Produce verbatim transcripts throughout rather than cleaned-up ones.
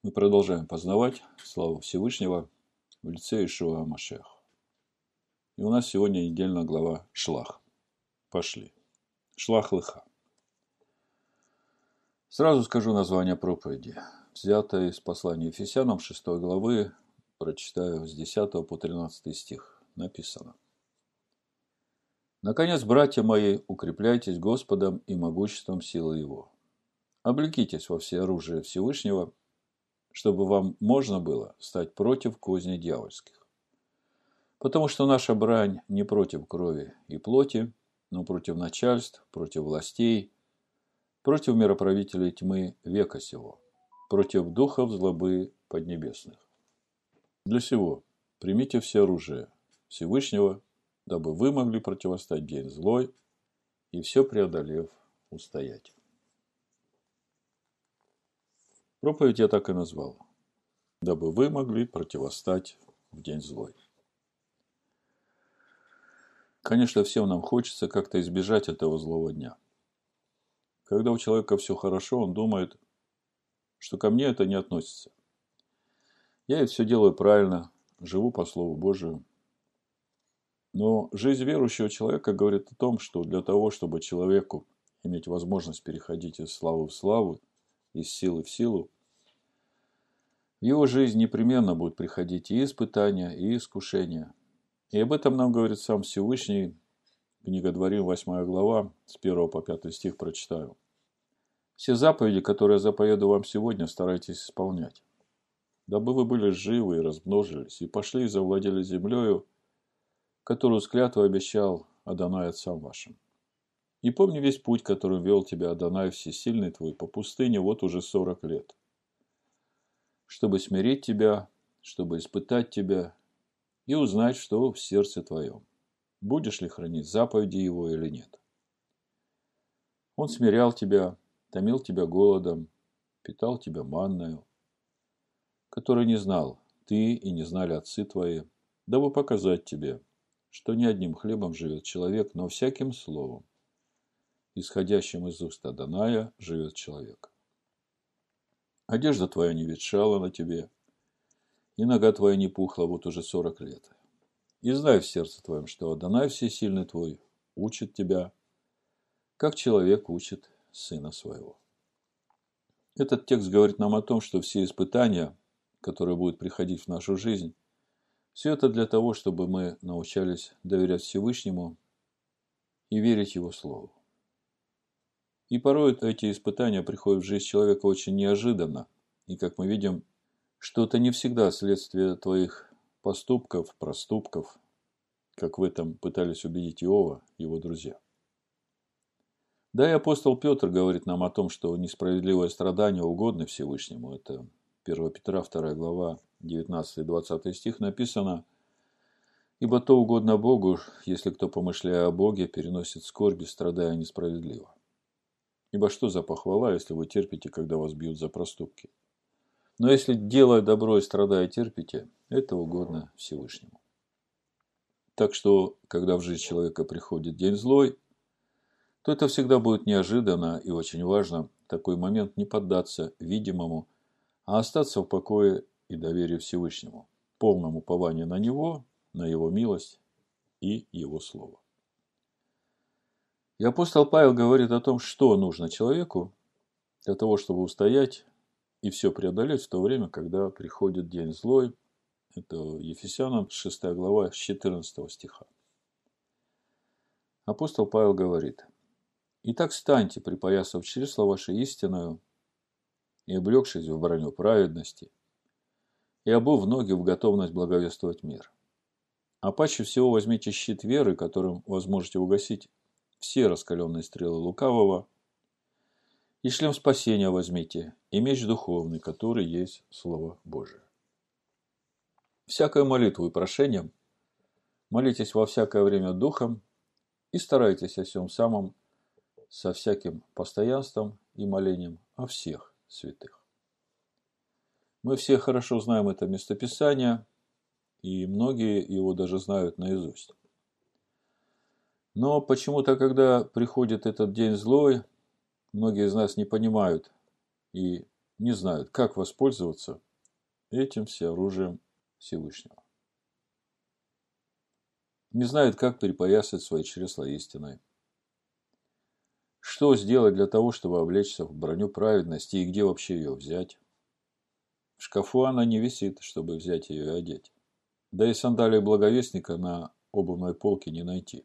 Мы продолжаем познавать славу Всевышнего в лице Иешуа ха-Машиаха. И у нас сегодня недельная глава Шлах. Пошли. Шлах Леха. Сразу скажу название проповеди. Взято из послания Ефесянам шестой главы, прочитаю с десятого по тринадцатый стих. Написано. Наконец, братья мои, укрепляйтесь Господом и могуществом силы Его. Облекитесь во все оружие Всевышнего, чтобы вам можно было стать против козней дьявольских. Потому что наша брань не против крови и плоти, но против начальств, против властей, против мироправителей тьмы века сего, против духов злобы поднебесных. Для сего примите все оружие Всевышнего, дабы вы могли противостать день злой и все преодолев устоять. Проповедь я так и назвал. Дабы вы могли противостать в день злой. Конечно, всем нам хочется как-то избежать этого злого дня. Когда у человека все хорошо, он думает, что ко мне это не относится. Я ведь все делаю правильно, живу по Слову Божию. Но жизнь верующего человека говорит о том, что для того, чтобы человеку иметь возможность переходить из славы в славу, из силы в силу, в его жизнь непременно будут приходить и испытания, и искушения. И об этом нам говорит сам Всевышний. Книга Дворим, восьмая глава, с первого по пятый стих прочитаю. «Все заповеди, которые я заповедую вам сегодня, старайтесь исполнять, дабы вы были живы и размножились, и пошли и завладели землею, которую с клятвой обещал Адонай отцам вашим. И помни весь путь, которым вел тебя Адонай всесильный твой по пустыне вот уже сорок лет, чтобы смирить тебя, чтобы испытать тебя и узнать, что в сердце твоем, будешь ли хранить заповеди его или нет. Он смирял тебя, томил тебя голодом, питал тебя манною, которой не знал ты и не знали отцы твои, дабы показать тебе, что не одним хлебом живет человек, но всяким словом, исходящим из уст Адоная, живет человек. Одежда твоя не ветшала на тебе, и нога твоя не пухла вот уже сорок лет. И знай в сердце твоем, что Адонай всесильный твой учит тебя, как человек учит сына своего». Этот текст говорит нам о том, что все испытания, которые будут приходить в нашу жизнь, все это для того, чтобы мы научались доверять Всевышнему и верить Его Слову. И порой эти испытания приходят в жизнь человека очень неожиданно. И, как мы видим, что это не всегда следствие твоих поступков, проступков, как в этом пытались убедить Иова его друзья. Да и апостол Петр говорит нам о том, что несправедливое страдание угодно Всевышнему. Это первое Петра, вторая глава, девятнадцатый и двадцатый стих написано: «Ибо то угодно Богу, если кто, помышляя о Боге, переносит скорби, страдая несправедливо. Ибо что за похвала, если вы терпите, когда вас бьют за проступки? Но если, делая добро и страдая, терпите, это угодно Всевышнему». Так что, когда в жизнь человека приходит день злой, то это всегда будет неожиданно и очень важно в такой момент не поддаться видимому, а остаться в покое и доверии Всевышнему, полном уповании на Него, на Его милость и Его Слово. И апостол Павел говорит о том, что нужно человеку для того, чтобы устоять и все преодолеть в то время, когда приходит день злой. Это Ефесянам шестая глава с четырнадцатого стиха. Апостол Павел говорит: «Итак, встаньте, припоясав чресло ваше истинную, и облегшись в броню праведности, и обув ноги в готовность благовествовать мир. А паче всего возьмите щит веры, которым вы сможете угасить все раскаленные стрелы лукавого, и шлем спасения возьмите, и меч духовный, который есть Слово Божие. Всякою молитву и прошением молитесь во всякое время духом, и старайтесь о всем самом со всяким постоянством и молением о всех святых». Мы все хорошо знаем это местописание, и многие его даже знают наизусть. Но почему-то, когда приходит этот день злой, многие из нас не понимают и не знают, как воспользоваться этим всеоружием Всевышнего. Не знают, как перепоясать свои чресла истиной. Что сделать для того, чтобы облечься в броню праведности и где вообще ее взять? В шкафу она не висит, чтобы взять ее и одеть. Да и сандалии благовестника на обувной полке не найти.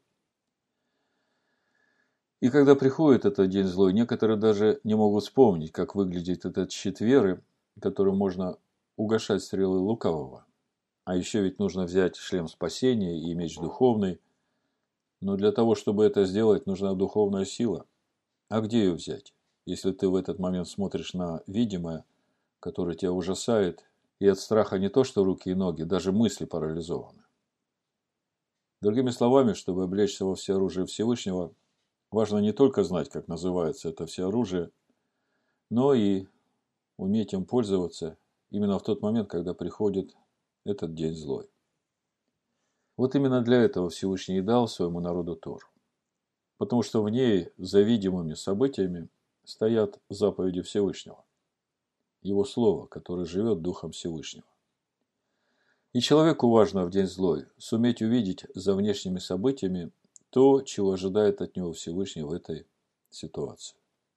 И когда приходит этот день злой, некоторые даже не могут вспомнить, как выглядит этот щит веры, которым можно угашать стрелы лукавого. А еще ведь нужно взять шлем спасения и меч духовный. Но для того, чтобы это сделать, нужна духовная сила. А где ее взять, если ты в этот момент смотришь на видимое, которое тебя ужасает, и от страха не то что руки и ноги, даже мысли парализованы? Другими словами, чтобы облечься во всеоружие Всевышнего, важно не только знать, как называется это всеоружие, но и уметь им пользоваться именно в тот момент, когда приходит этот день злой. Вот именно для этого Всевышний и дал своему народу Тору. Потому что в ней, за видимыми событиями, стоят заповеди Всевышнего. Его Слово, которое живет Духом Всевышнего. И человеку важно в день злой суметь увидеть за внешними событиями то, чего ожидает от него Всевышний в этой ситуации.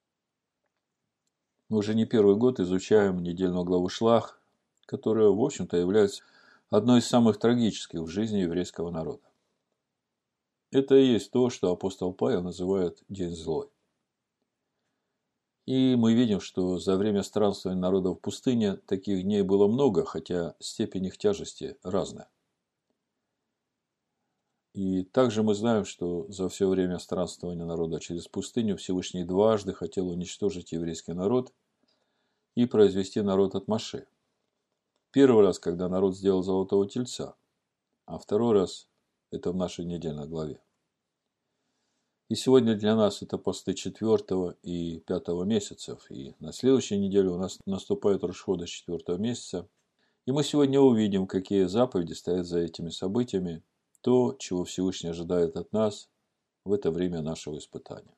Мы уже не первый год изучаем недельную главу Шлах, которая, в общем-то, является одной из самых трагических в жизни еврейского народа. Это и есть то, что апостол Павел называет «день злой». И мы видим, что за время странствования народа в пустыне таких дней было много, хотя степень их тяжести разная. И также мы знаем, что за все время странствования народа через пустыню Всевышний дважды хотел уничтожить еврейский народ и произвести народ от Моше. Первый раз, когда народ сделал золотого тельца, а второй раз – это в нашей недельной главе. И сегодня для нас это посты четвертого и пятого месяцев. И на следующей неделе у нас наступает Рош ходеш четвертого месяца. И мы сегодня увидим, какие заповеди стоят за этими событиями, то, чего Всевышний ожидает от нас в это время нашего испытания.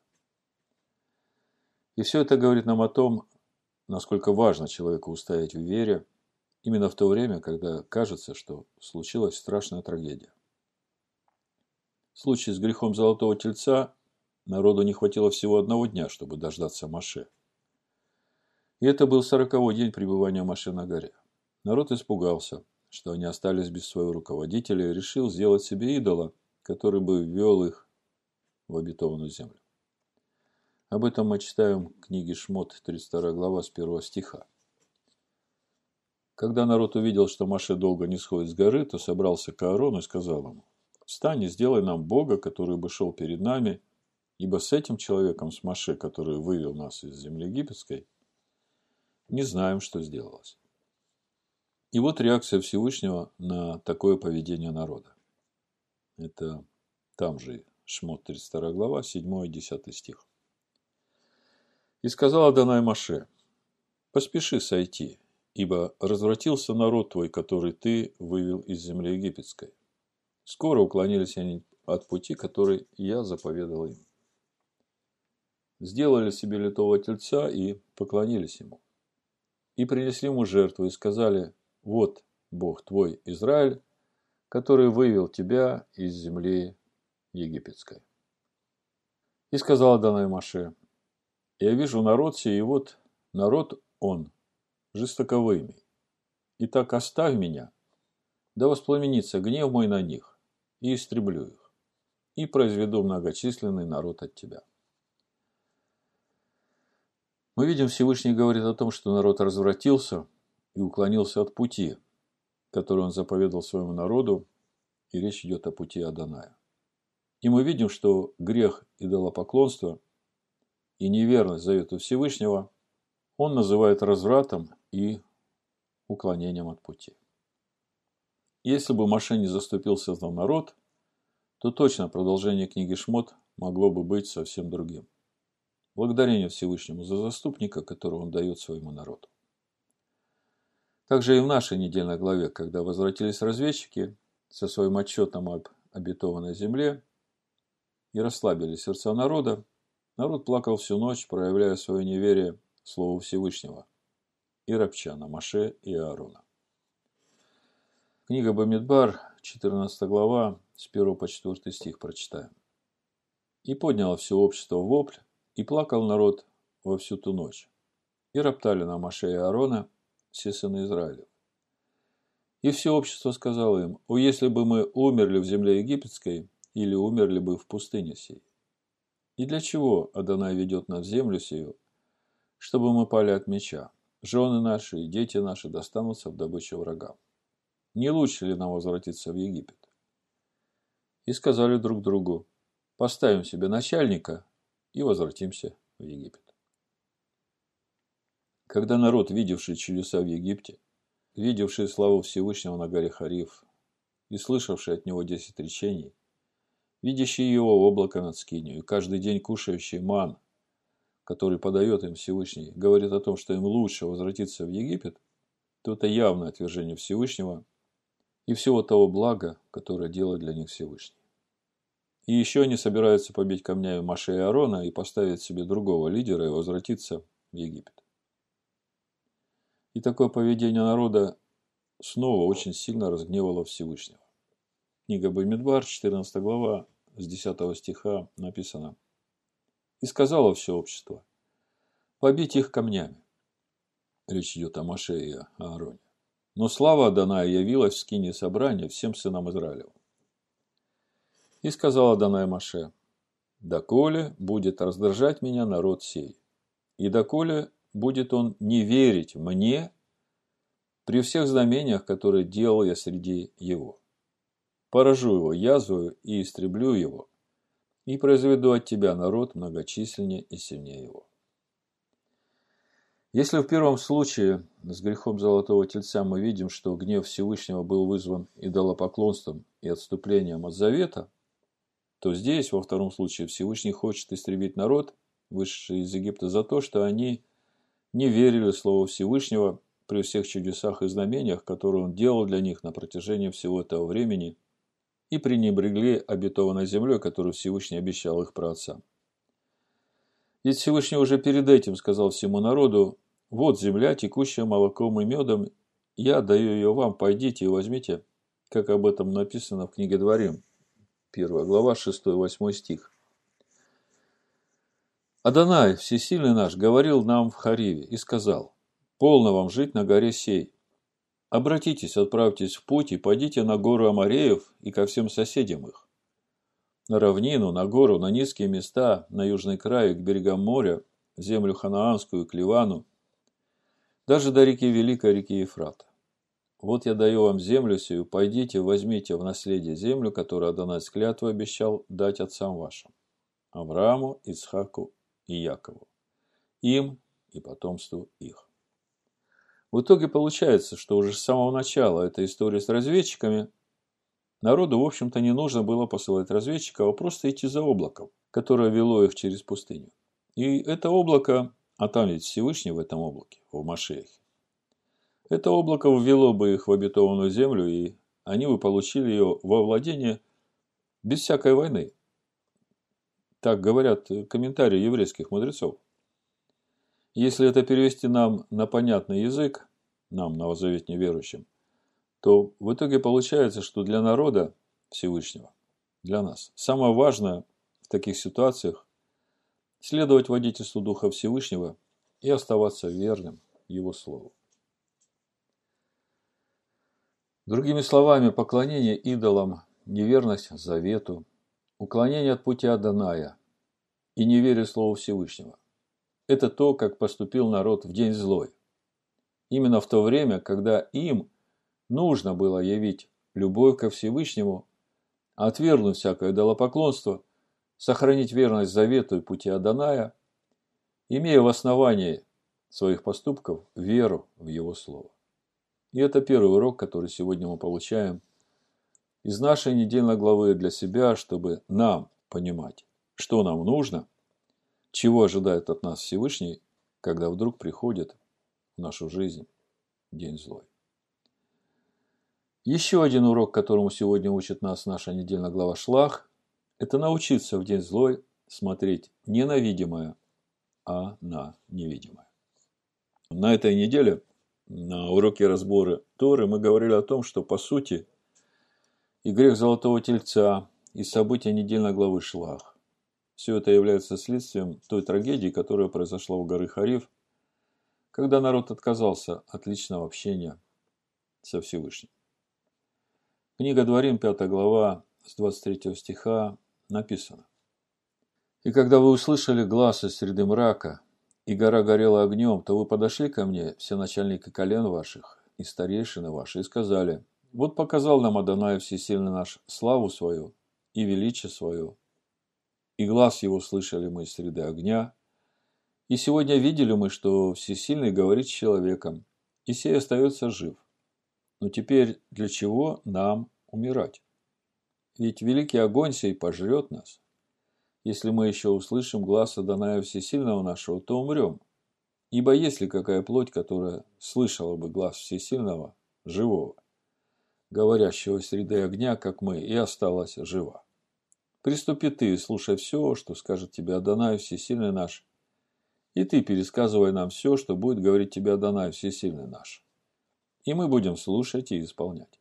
И все это говорит нам о том, насколько важно человеку устоять в вере, именно в то время, когда кажется, что случилась страшная трагедия. В случае с грехом золотого тельца народу не хватило всего одного дня, чтобы дождаться Моше. И это был сороковой день пребывания Моше на горе. Народ испугался, что они остались без своего руководителя, и решил сделать себе идола, который бы ввел их в обетованную землю. Об этом мы читаем в книге Шмот, тридцать вторая глава, с первого стиха. Когда народ увидел, что Моше долго не сходит с горы, то собрался к Аарону и сказал ему: «Встань и сделай нам Бога, который бы шел перед нами, ибо с этим человеком, с Моше, который вывел нас из земли египетской, не знаем, что сделалось». И вот реакция Всевышнего на такое поведение народа. Это там же Шмот, тридцать вторая глава, седьмой и десятый стих. «И сказал Адонай Моше: поспеши сойти, ибо развратился народ твой, который ты вывел из земли египетской. Скоро уклонились они от пути, который я заповедал им. Сделали себе литого тельца и поклонились ему. И принесли ему жертву и сказали: вот Бог твой, Израиль, который вывел тебя из земли египетской». И сказал Адонай Моше: я вижу народ сей, и вот народ он, жестоковыйный. Итак, оставь меня, да воспламенится гнев мой на них, и истреблю их, и произведу многочисленный народ от тебя. Мы видим, Всевышний говорит о том, что народ развратился и уклонился от пути, который он заповедал своему народу, и речь идет о пути Адоная. И мы видим, что грех идолопоклонства и неверность завету Всевышнего он называет развратом и уклонением от пути. Если бы Моше не заступился за народ, то точно продолжение книги Шмот могло бы быть совсем другим. Благодарение Всевышнему за заступника, которого он дает своему народу. Также и в нашей недельной главе, когда возвратились разведчики со своим отчетом об обетованной земле и расслабили сердца народа, народ плакал всю ночь, проявляя свое неверие Слову Всевышнего. и ропча на Моше и Аарона. Книга Бамидбар, четырнадцатая глава, с первого по четвёртый стих прочитаем. «И подняло все общество вопль, и плакал народ во всю ту ночь. И роптали на Моше и Аарона все сыны Израилев. И все общество сказало им: о, если бы мы умерли в земле египетской, или умерли бы в пустыне сей. И для чего Адонай ведет нас в землю сию, чтобы мы пали от меча? Жены наши и дети наши достанутся в добычу врагам. Не лучше ли нам возвратиться в Египет? И сказали друг другу: поставим себе начальника и возвратимся в Египет». Когда народ, видевший чудеса в Египте, видевший славу Всевышнего на горе Хариф и слышавший от него десять речений, видящий его облако над скинию и каждый день кушающий ман, который подает им Всевышний, говорит о том, что им лучше возвратиться в Египет, то это явное отвержение Всевышнего и всего того блага, которое делает для них Всевышний. И еще они собираются побить камнями Моше и Аарона и поставить себе другого лидера и возвратиться в Египет. И такое поведение народа снова очень сильно разгневало Всевышнего. Книга Бамидбар, четырнадцатая глава, с десятого стиха написано: «И сказало все общество: побить их камнями». Речь идет о Моше и Аароне. Но слава Адоная явилась в скинии собрания всем сынам Израилевым. И сказал Адонай Моше: доколе будет раздражать меня народ сей, и доколе будет он не верить мне при всех знамениях, которые делал я среди его. Поражу его язвою и истреблю его, и произведу от тебя народ многочисленнее и сильнее его». Если в первом случае с грехом золотого тельца мы видим, что гнев Всевышнего был вызван идолопоклонством и отступлением от завета, то здесь, во втором случае, Всевышний хочет истребить народ, вышедший из Египта, за то, что они не верили Слову Всевышнего при всех чудесах и знамениях, которые Он делал для них на протяжении всего этого времени, и пренебрегли обетованной землей, которую Всевышний обещал их праотцам. Ведь Всевышний уже перед этим сказал всему народу: вот земля, текущая молоком и медом, я даю ее вам, пойдите и возьмите, как об этом написано в книге Дворим, первая глава, шестой-восьмой стих. Адонай, всесильный наш, говорил нам в Хариве и сказал: полно вам жить на горе сей. Обратитесь, отправьтесь в путь и пойдите на гору Амореев и ко всем соседям их, на равнину, на гору, на низкие места, на южный край, к берегам моря, в землю ханаанскую, к Ливану, даже до реки Великой, реки Ефрата. Вот я даю вам землю сию, пойдите, возьмите в наследие землю, которую Адонай с клятвой обещал дать отцам вашим, Аврааму, Ицхаку и Якову, им и потомству их. В итоге получается, что уже с самого начала этой истории с разведчиками народу, в общем-то, не нужно было посылать разведчиков, а просто идти за облаком, которое вело их через пустыню. И это облако, а там ведь Всевышний в этом облаке, в Машиахе, это облако ввело бы их в обетованную землю, и они бы получили ее во владение без всякой войны. Так говорят комментарии еврейских мудрецов. Если это перевести нам на понятный язык, нам, новозаветне верующим, то в итоге получается, что для народа Всевышнего, для нас, самое важное в таких ситуациях следовать водительству Духа Всевышнего и оставаться верным Его Слову. Другими словами, поклонение идолам, неверность завету, уклонение от пути Адоная и неверие Слову Всевышнего – это то, как поступил народ в день злой. Именно в то время, когда им нужно было явить любовь ко Всевышнему, отвергнуть всякое идолопоклонство, сохранить верность завету и пути Адоная, имея в основании своих поступков веру в Его Слово. И это первый урок, который сегодня мы получаем из нашей недельной главы для себя, чтобы нам понимать, что нам нужно, чего ожидает от нас Всевышний, когда вдруг приходит в нашу жизнь день злой. Еще один урок, которому сегодня учит нас наша недельная глава Шлах, это научиться в день злой смотреть не на видимое, а на невидимое. На этой неделе На уроке разбора Торы мы говорили о том, что по сути и грех Золотого Тельца, и события недельной главы Шлах. Все это является следствием той трагедии, которая произошла у горы Харив, когда народ отказался от личного общения со Всевышним. Книга Дворим, пятая глава, с двадцать третьего стиха написано. «И когда вы услышали глаз из среды мрака, и гора горела огнем, то вы подошли ко мне, все начальники колен ваших и старейшины ваши, и сказали, вот показал нам Адонай Всесильный наш славу свою и величие свое, и глаз его слышали мы из среды огня, и сегодня видели мы, что Всесильный говорит с человеком, и сей остается жив. Но теперь для чего нам умирать? Ведь великий огонь сей пожрет нас. Если мы еще услышим глаз Адоная Всесильного нашего, то умрем. Ибо есть ли какая плоть, которая слышала бы глаз Всесильного, живого, говорящего среди огня, как мы, и осталась жива? Приступи ты и слушай все, что скажет тебе Адонай Всесильный наш, и ты пересказывай нам все, что будет говорить тебе Адонай Всесильный наш. И мы будем слушать и исполнять».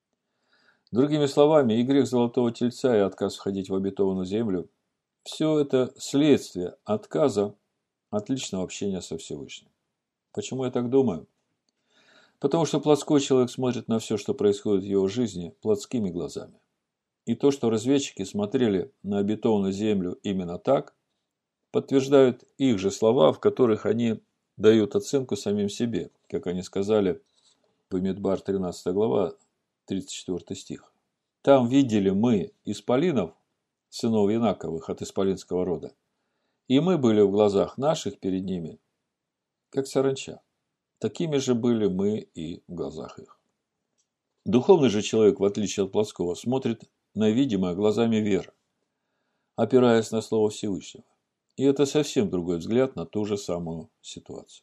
Другими словами, и грех Золотого Тельца, и отказ входить в обетованную землю – все это следствие отказа от личного общения со Всевышним. Почему я так думаю? Потому что плотской человек смотрит на все, что происходит в его жизни, плотскими глазами. И то, что разведчики смотрели на обетованную землю именно так, подтверждают их же слова, в которых они дают оценку самим себе, как они сказали в Бамидбар, тринадцатая глава, тридцать четвёртый стих. «Там видели мы исполинов, сынов Янаковых от исполинского рода, и мы были в глазах наших перед ними, как саранча. Такими же были мы и в глазах их». Духовный же человек, в отличие от плотского, смотрит на видимое глазами веры, опираясь на слово Всевышнего. И это совсем другой взгляд на ту же самую ситуацию.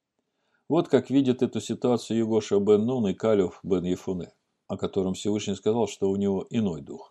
Вот как видит эту ситуацию Егоша бен Нун и Калев бен Ефуне, о котором Всевышний сказал, что у него иной дух.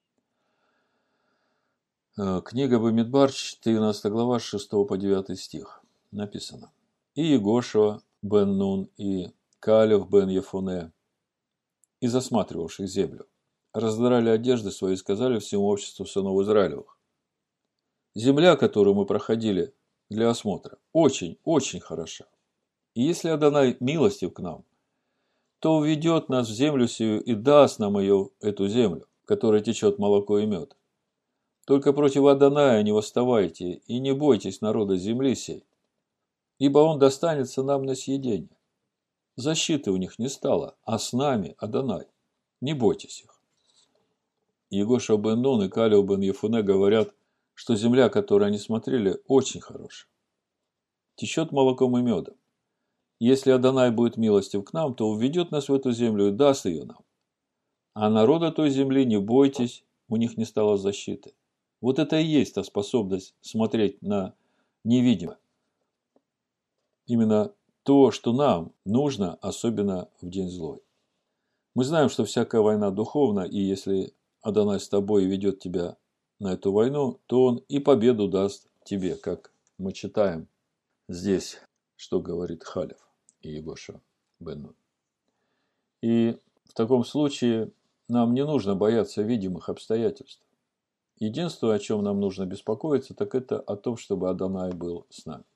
Книга Бамидбар, четырнадцатая глава, с шестого по девятый стих. Написано. «И Егошуа бен Нун, и Калев бен Ефуне, и засматривавших землю, раздрали одежды свои и сказали всему обществу сынов Израилевых: земля, которую мы проходили для осмотра, очень, очень хороша. И если Адонай милостив к нам, то уведет нас в землю сию и даст нам ее, эту землю, в которой течет молоко и мед. Только против Адоная не восставайте и не бойтесь народа земли сей, ибо он достанется нам на съедение. Защиты у них не стало, а с нами Адонай. Не бойтесь их». Егоша бен Нун и Калев бен Ефуне говорят, что земля, которую они смотрели, очень хорошая. Течет молоком и медом. Если Адонай будет милостив к нам, то уведет нас в эту землю и даст ее нам. А народа той земли не бойтесь, у них не стало защиты. Вот это и есть та способность смотреть на невидимое. Именно то, что нам нужно, особенно в день злой. Мы знаем, что всякая война духовна, и если Адонай с тобой и ведет тебя на эту войну, то он и победу даст тебе, как мы читаем здесь, что говорит Халев и Егоша бен Нун. И в таком случае нам не нужно бояться видимых обстоятельств. Единственное, о чем нам нужно беспокоиться, так это о том, чтобы Адонай был с нами.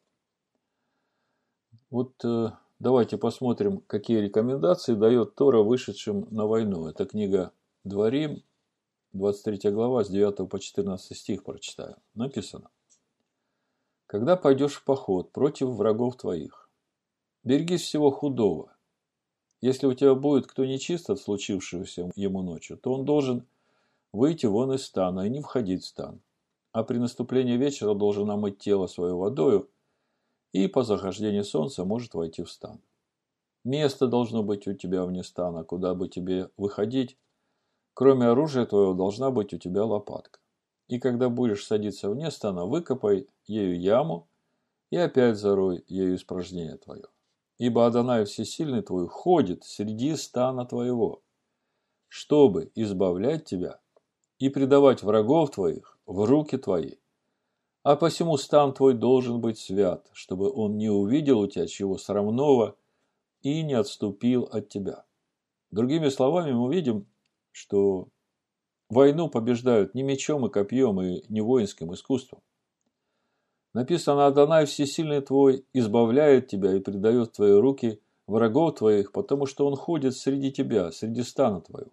Вот э, давайте посмотрим, какие рекомендации дает Тора вышедшим на войну. Это книга Дворим, двадцать третья глава, с девятого по четырнадцатый стих прочитаю. Написано. «Когда пойдешь в поход против врагов твоих, берегись всего худого. Если у тебя будет кто нечист от случившегося ему ночью, то он должен выйти вон из стана и не входить в стан. А при наступлении вечера должен омыть тело свое водою, и по захождении солнца может войти в стан. Место должно быть у тебя вне стана, куда бы тебе выходить. Кроме оружия твоего должна быть у тебя лопатка. И когда будешь садиться вне стана, выкопай ею яму и опять зарой ею испражнение твое. Ибо Адонай Всесильный твой ходит среди стана твоего, чтобы избавлять тебя и предавать врагов твоих в руки твои. А посему стан твой должен быть свят, чтобы он не увидел у тебя чего срамного и не отступил от тебя. Другими словами, мы видим, что войну побеждают не мечом и копьем, и не воинским искусством. Написано: «Адонай всесильный твой избавляет тебя и предает в твои руки врагов твоих, потому что он ходит среди тебя, среди стана твоего».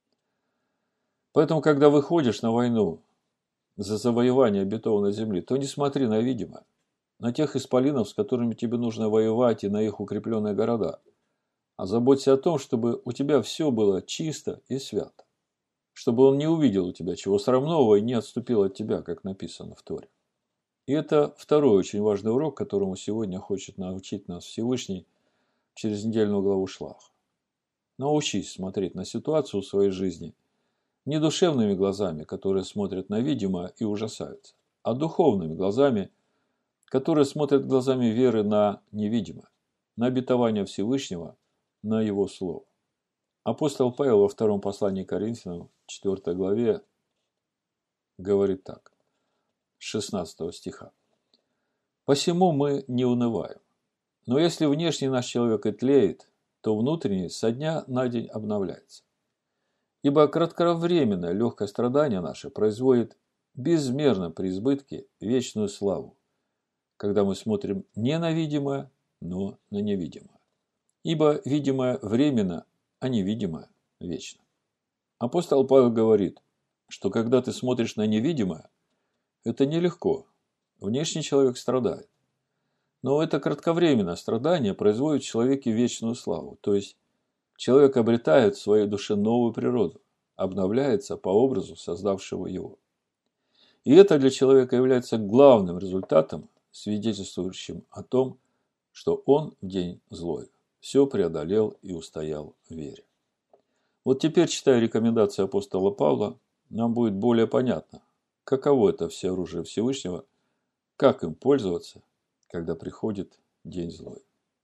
Поэтому, когда выходишь на войну за завоевание обетованной земли, то не смотри на видимое, на тех исполинов, с которыми тебе нужно воевать, и на их укрепленные города, а заботься о том, чтобы у тебя все было чисто и свято, чтобы он не увидел у тебя чего срамного и не отступил от тебя, как написано в Торе. И это второй очень важный урок, которому сегодня хочет научить нас Всевышний через недельную главу Шлах. Научись смотреть на ситуацию в своей жизни не душевными глазами, которые смотрят на видимое и ужасаются, а духовными глазами, которые смотрят глазами веры на невидимое, на обетование Всевышнего, на Его Слово. Апостол Павел во втором послании к Коринфянам, четвёртой главе, говорит так, с шестнадцатого стиха. «Посему мы не унываем. Но если внешний наш человек и тлеет, то внутренний со дня на день обновляется. Ибо кратковременное легкое страдание наше производит безмерно при избытке вечную славу, когда мы смотрим не на видимое, но на невидимое. Ибо видимое временно, а невидимое вечно». Апостол Павел говорит, что когда ты смотришь на невидимое, это нелегко. Внешний человек страдает. Но это кратковременное страдание производит в человеке вечную славу. То есть, человек обретает в своей душе новую природу, обновляется по образу создавшего его. И это для человека является главным результатом, свидетельствующим о том, что он в день злой все преодолел и устоял в вере. Вот теперь, читая рекомендации апостола Павла, нам будет более понятно, каково это все оружие Всевышнего, как им пользоваться, когда приходит день злой.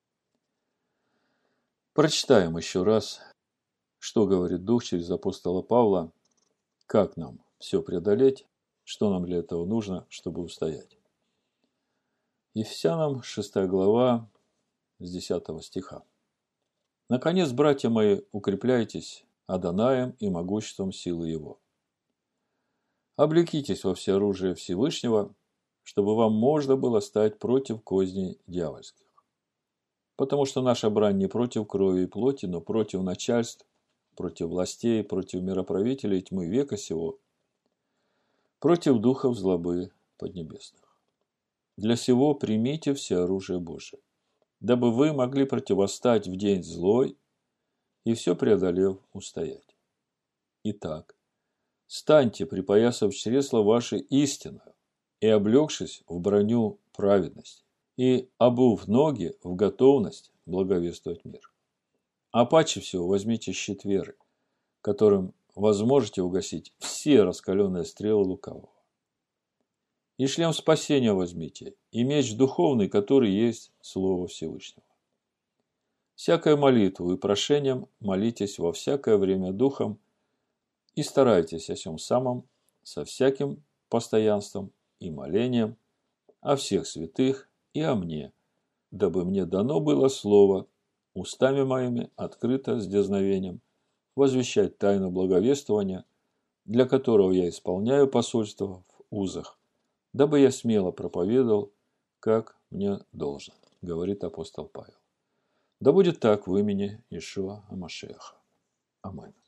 Прочитаем еще раз, что говорит Дух через апостола Павла, как нам все преодолеть, что нам для этого нужно, чтобы устоять. Ефесянам шестая глава с десятого стиха. «Наконец, братья мои, укрепляйтесь Адонаем и могуществом силы Его. Облекитесь во всеоружие Всевышнего, чтобы вам можно было стать против козней дьявольских. Потому что наша брань не против крови и плоти, но против начальств, против властей, против мироправителей тьмы века сего, против духов злобы поднебесных. Для сего примите все оружие Божие, дабы вы могли противостать в день злой и все преодолев устоять. Итак, станьте, припоясав чресла ваши истинно, и облегшись в броню праведности, и обув ноги в готовность благовествовать мир. А паче всего возьмите щит веры, которым возможете угасить все раскаленные стрелы лукавого. И шлем спасения возьмите, и меч духовный, который есть Слово Всевышнего. Всякой молитву и прошением молитесь во всякое время духом, и старайтесь о сем самом со всяким постоянством и молением о всех святых и о мне, дабы мне дано было слово устами моими открыто с дерзновением возвещать тайну благовествования, для которого я исполняю посольство в узах, дабы я смело проповедовал, как мне должно, говорит апостол Павел. Да будет так в имени Иешуа Амашиаха. Аминь.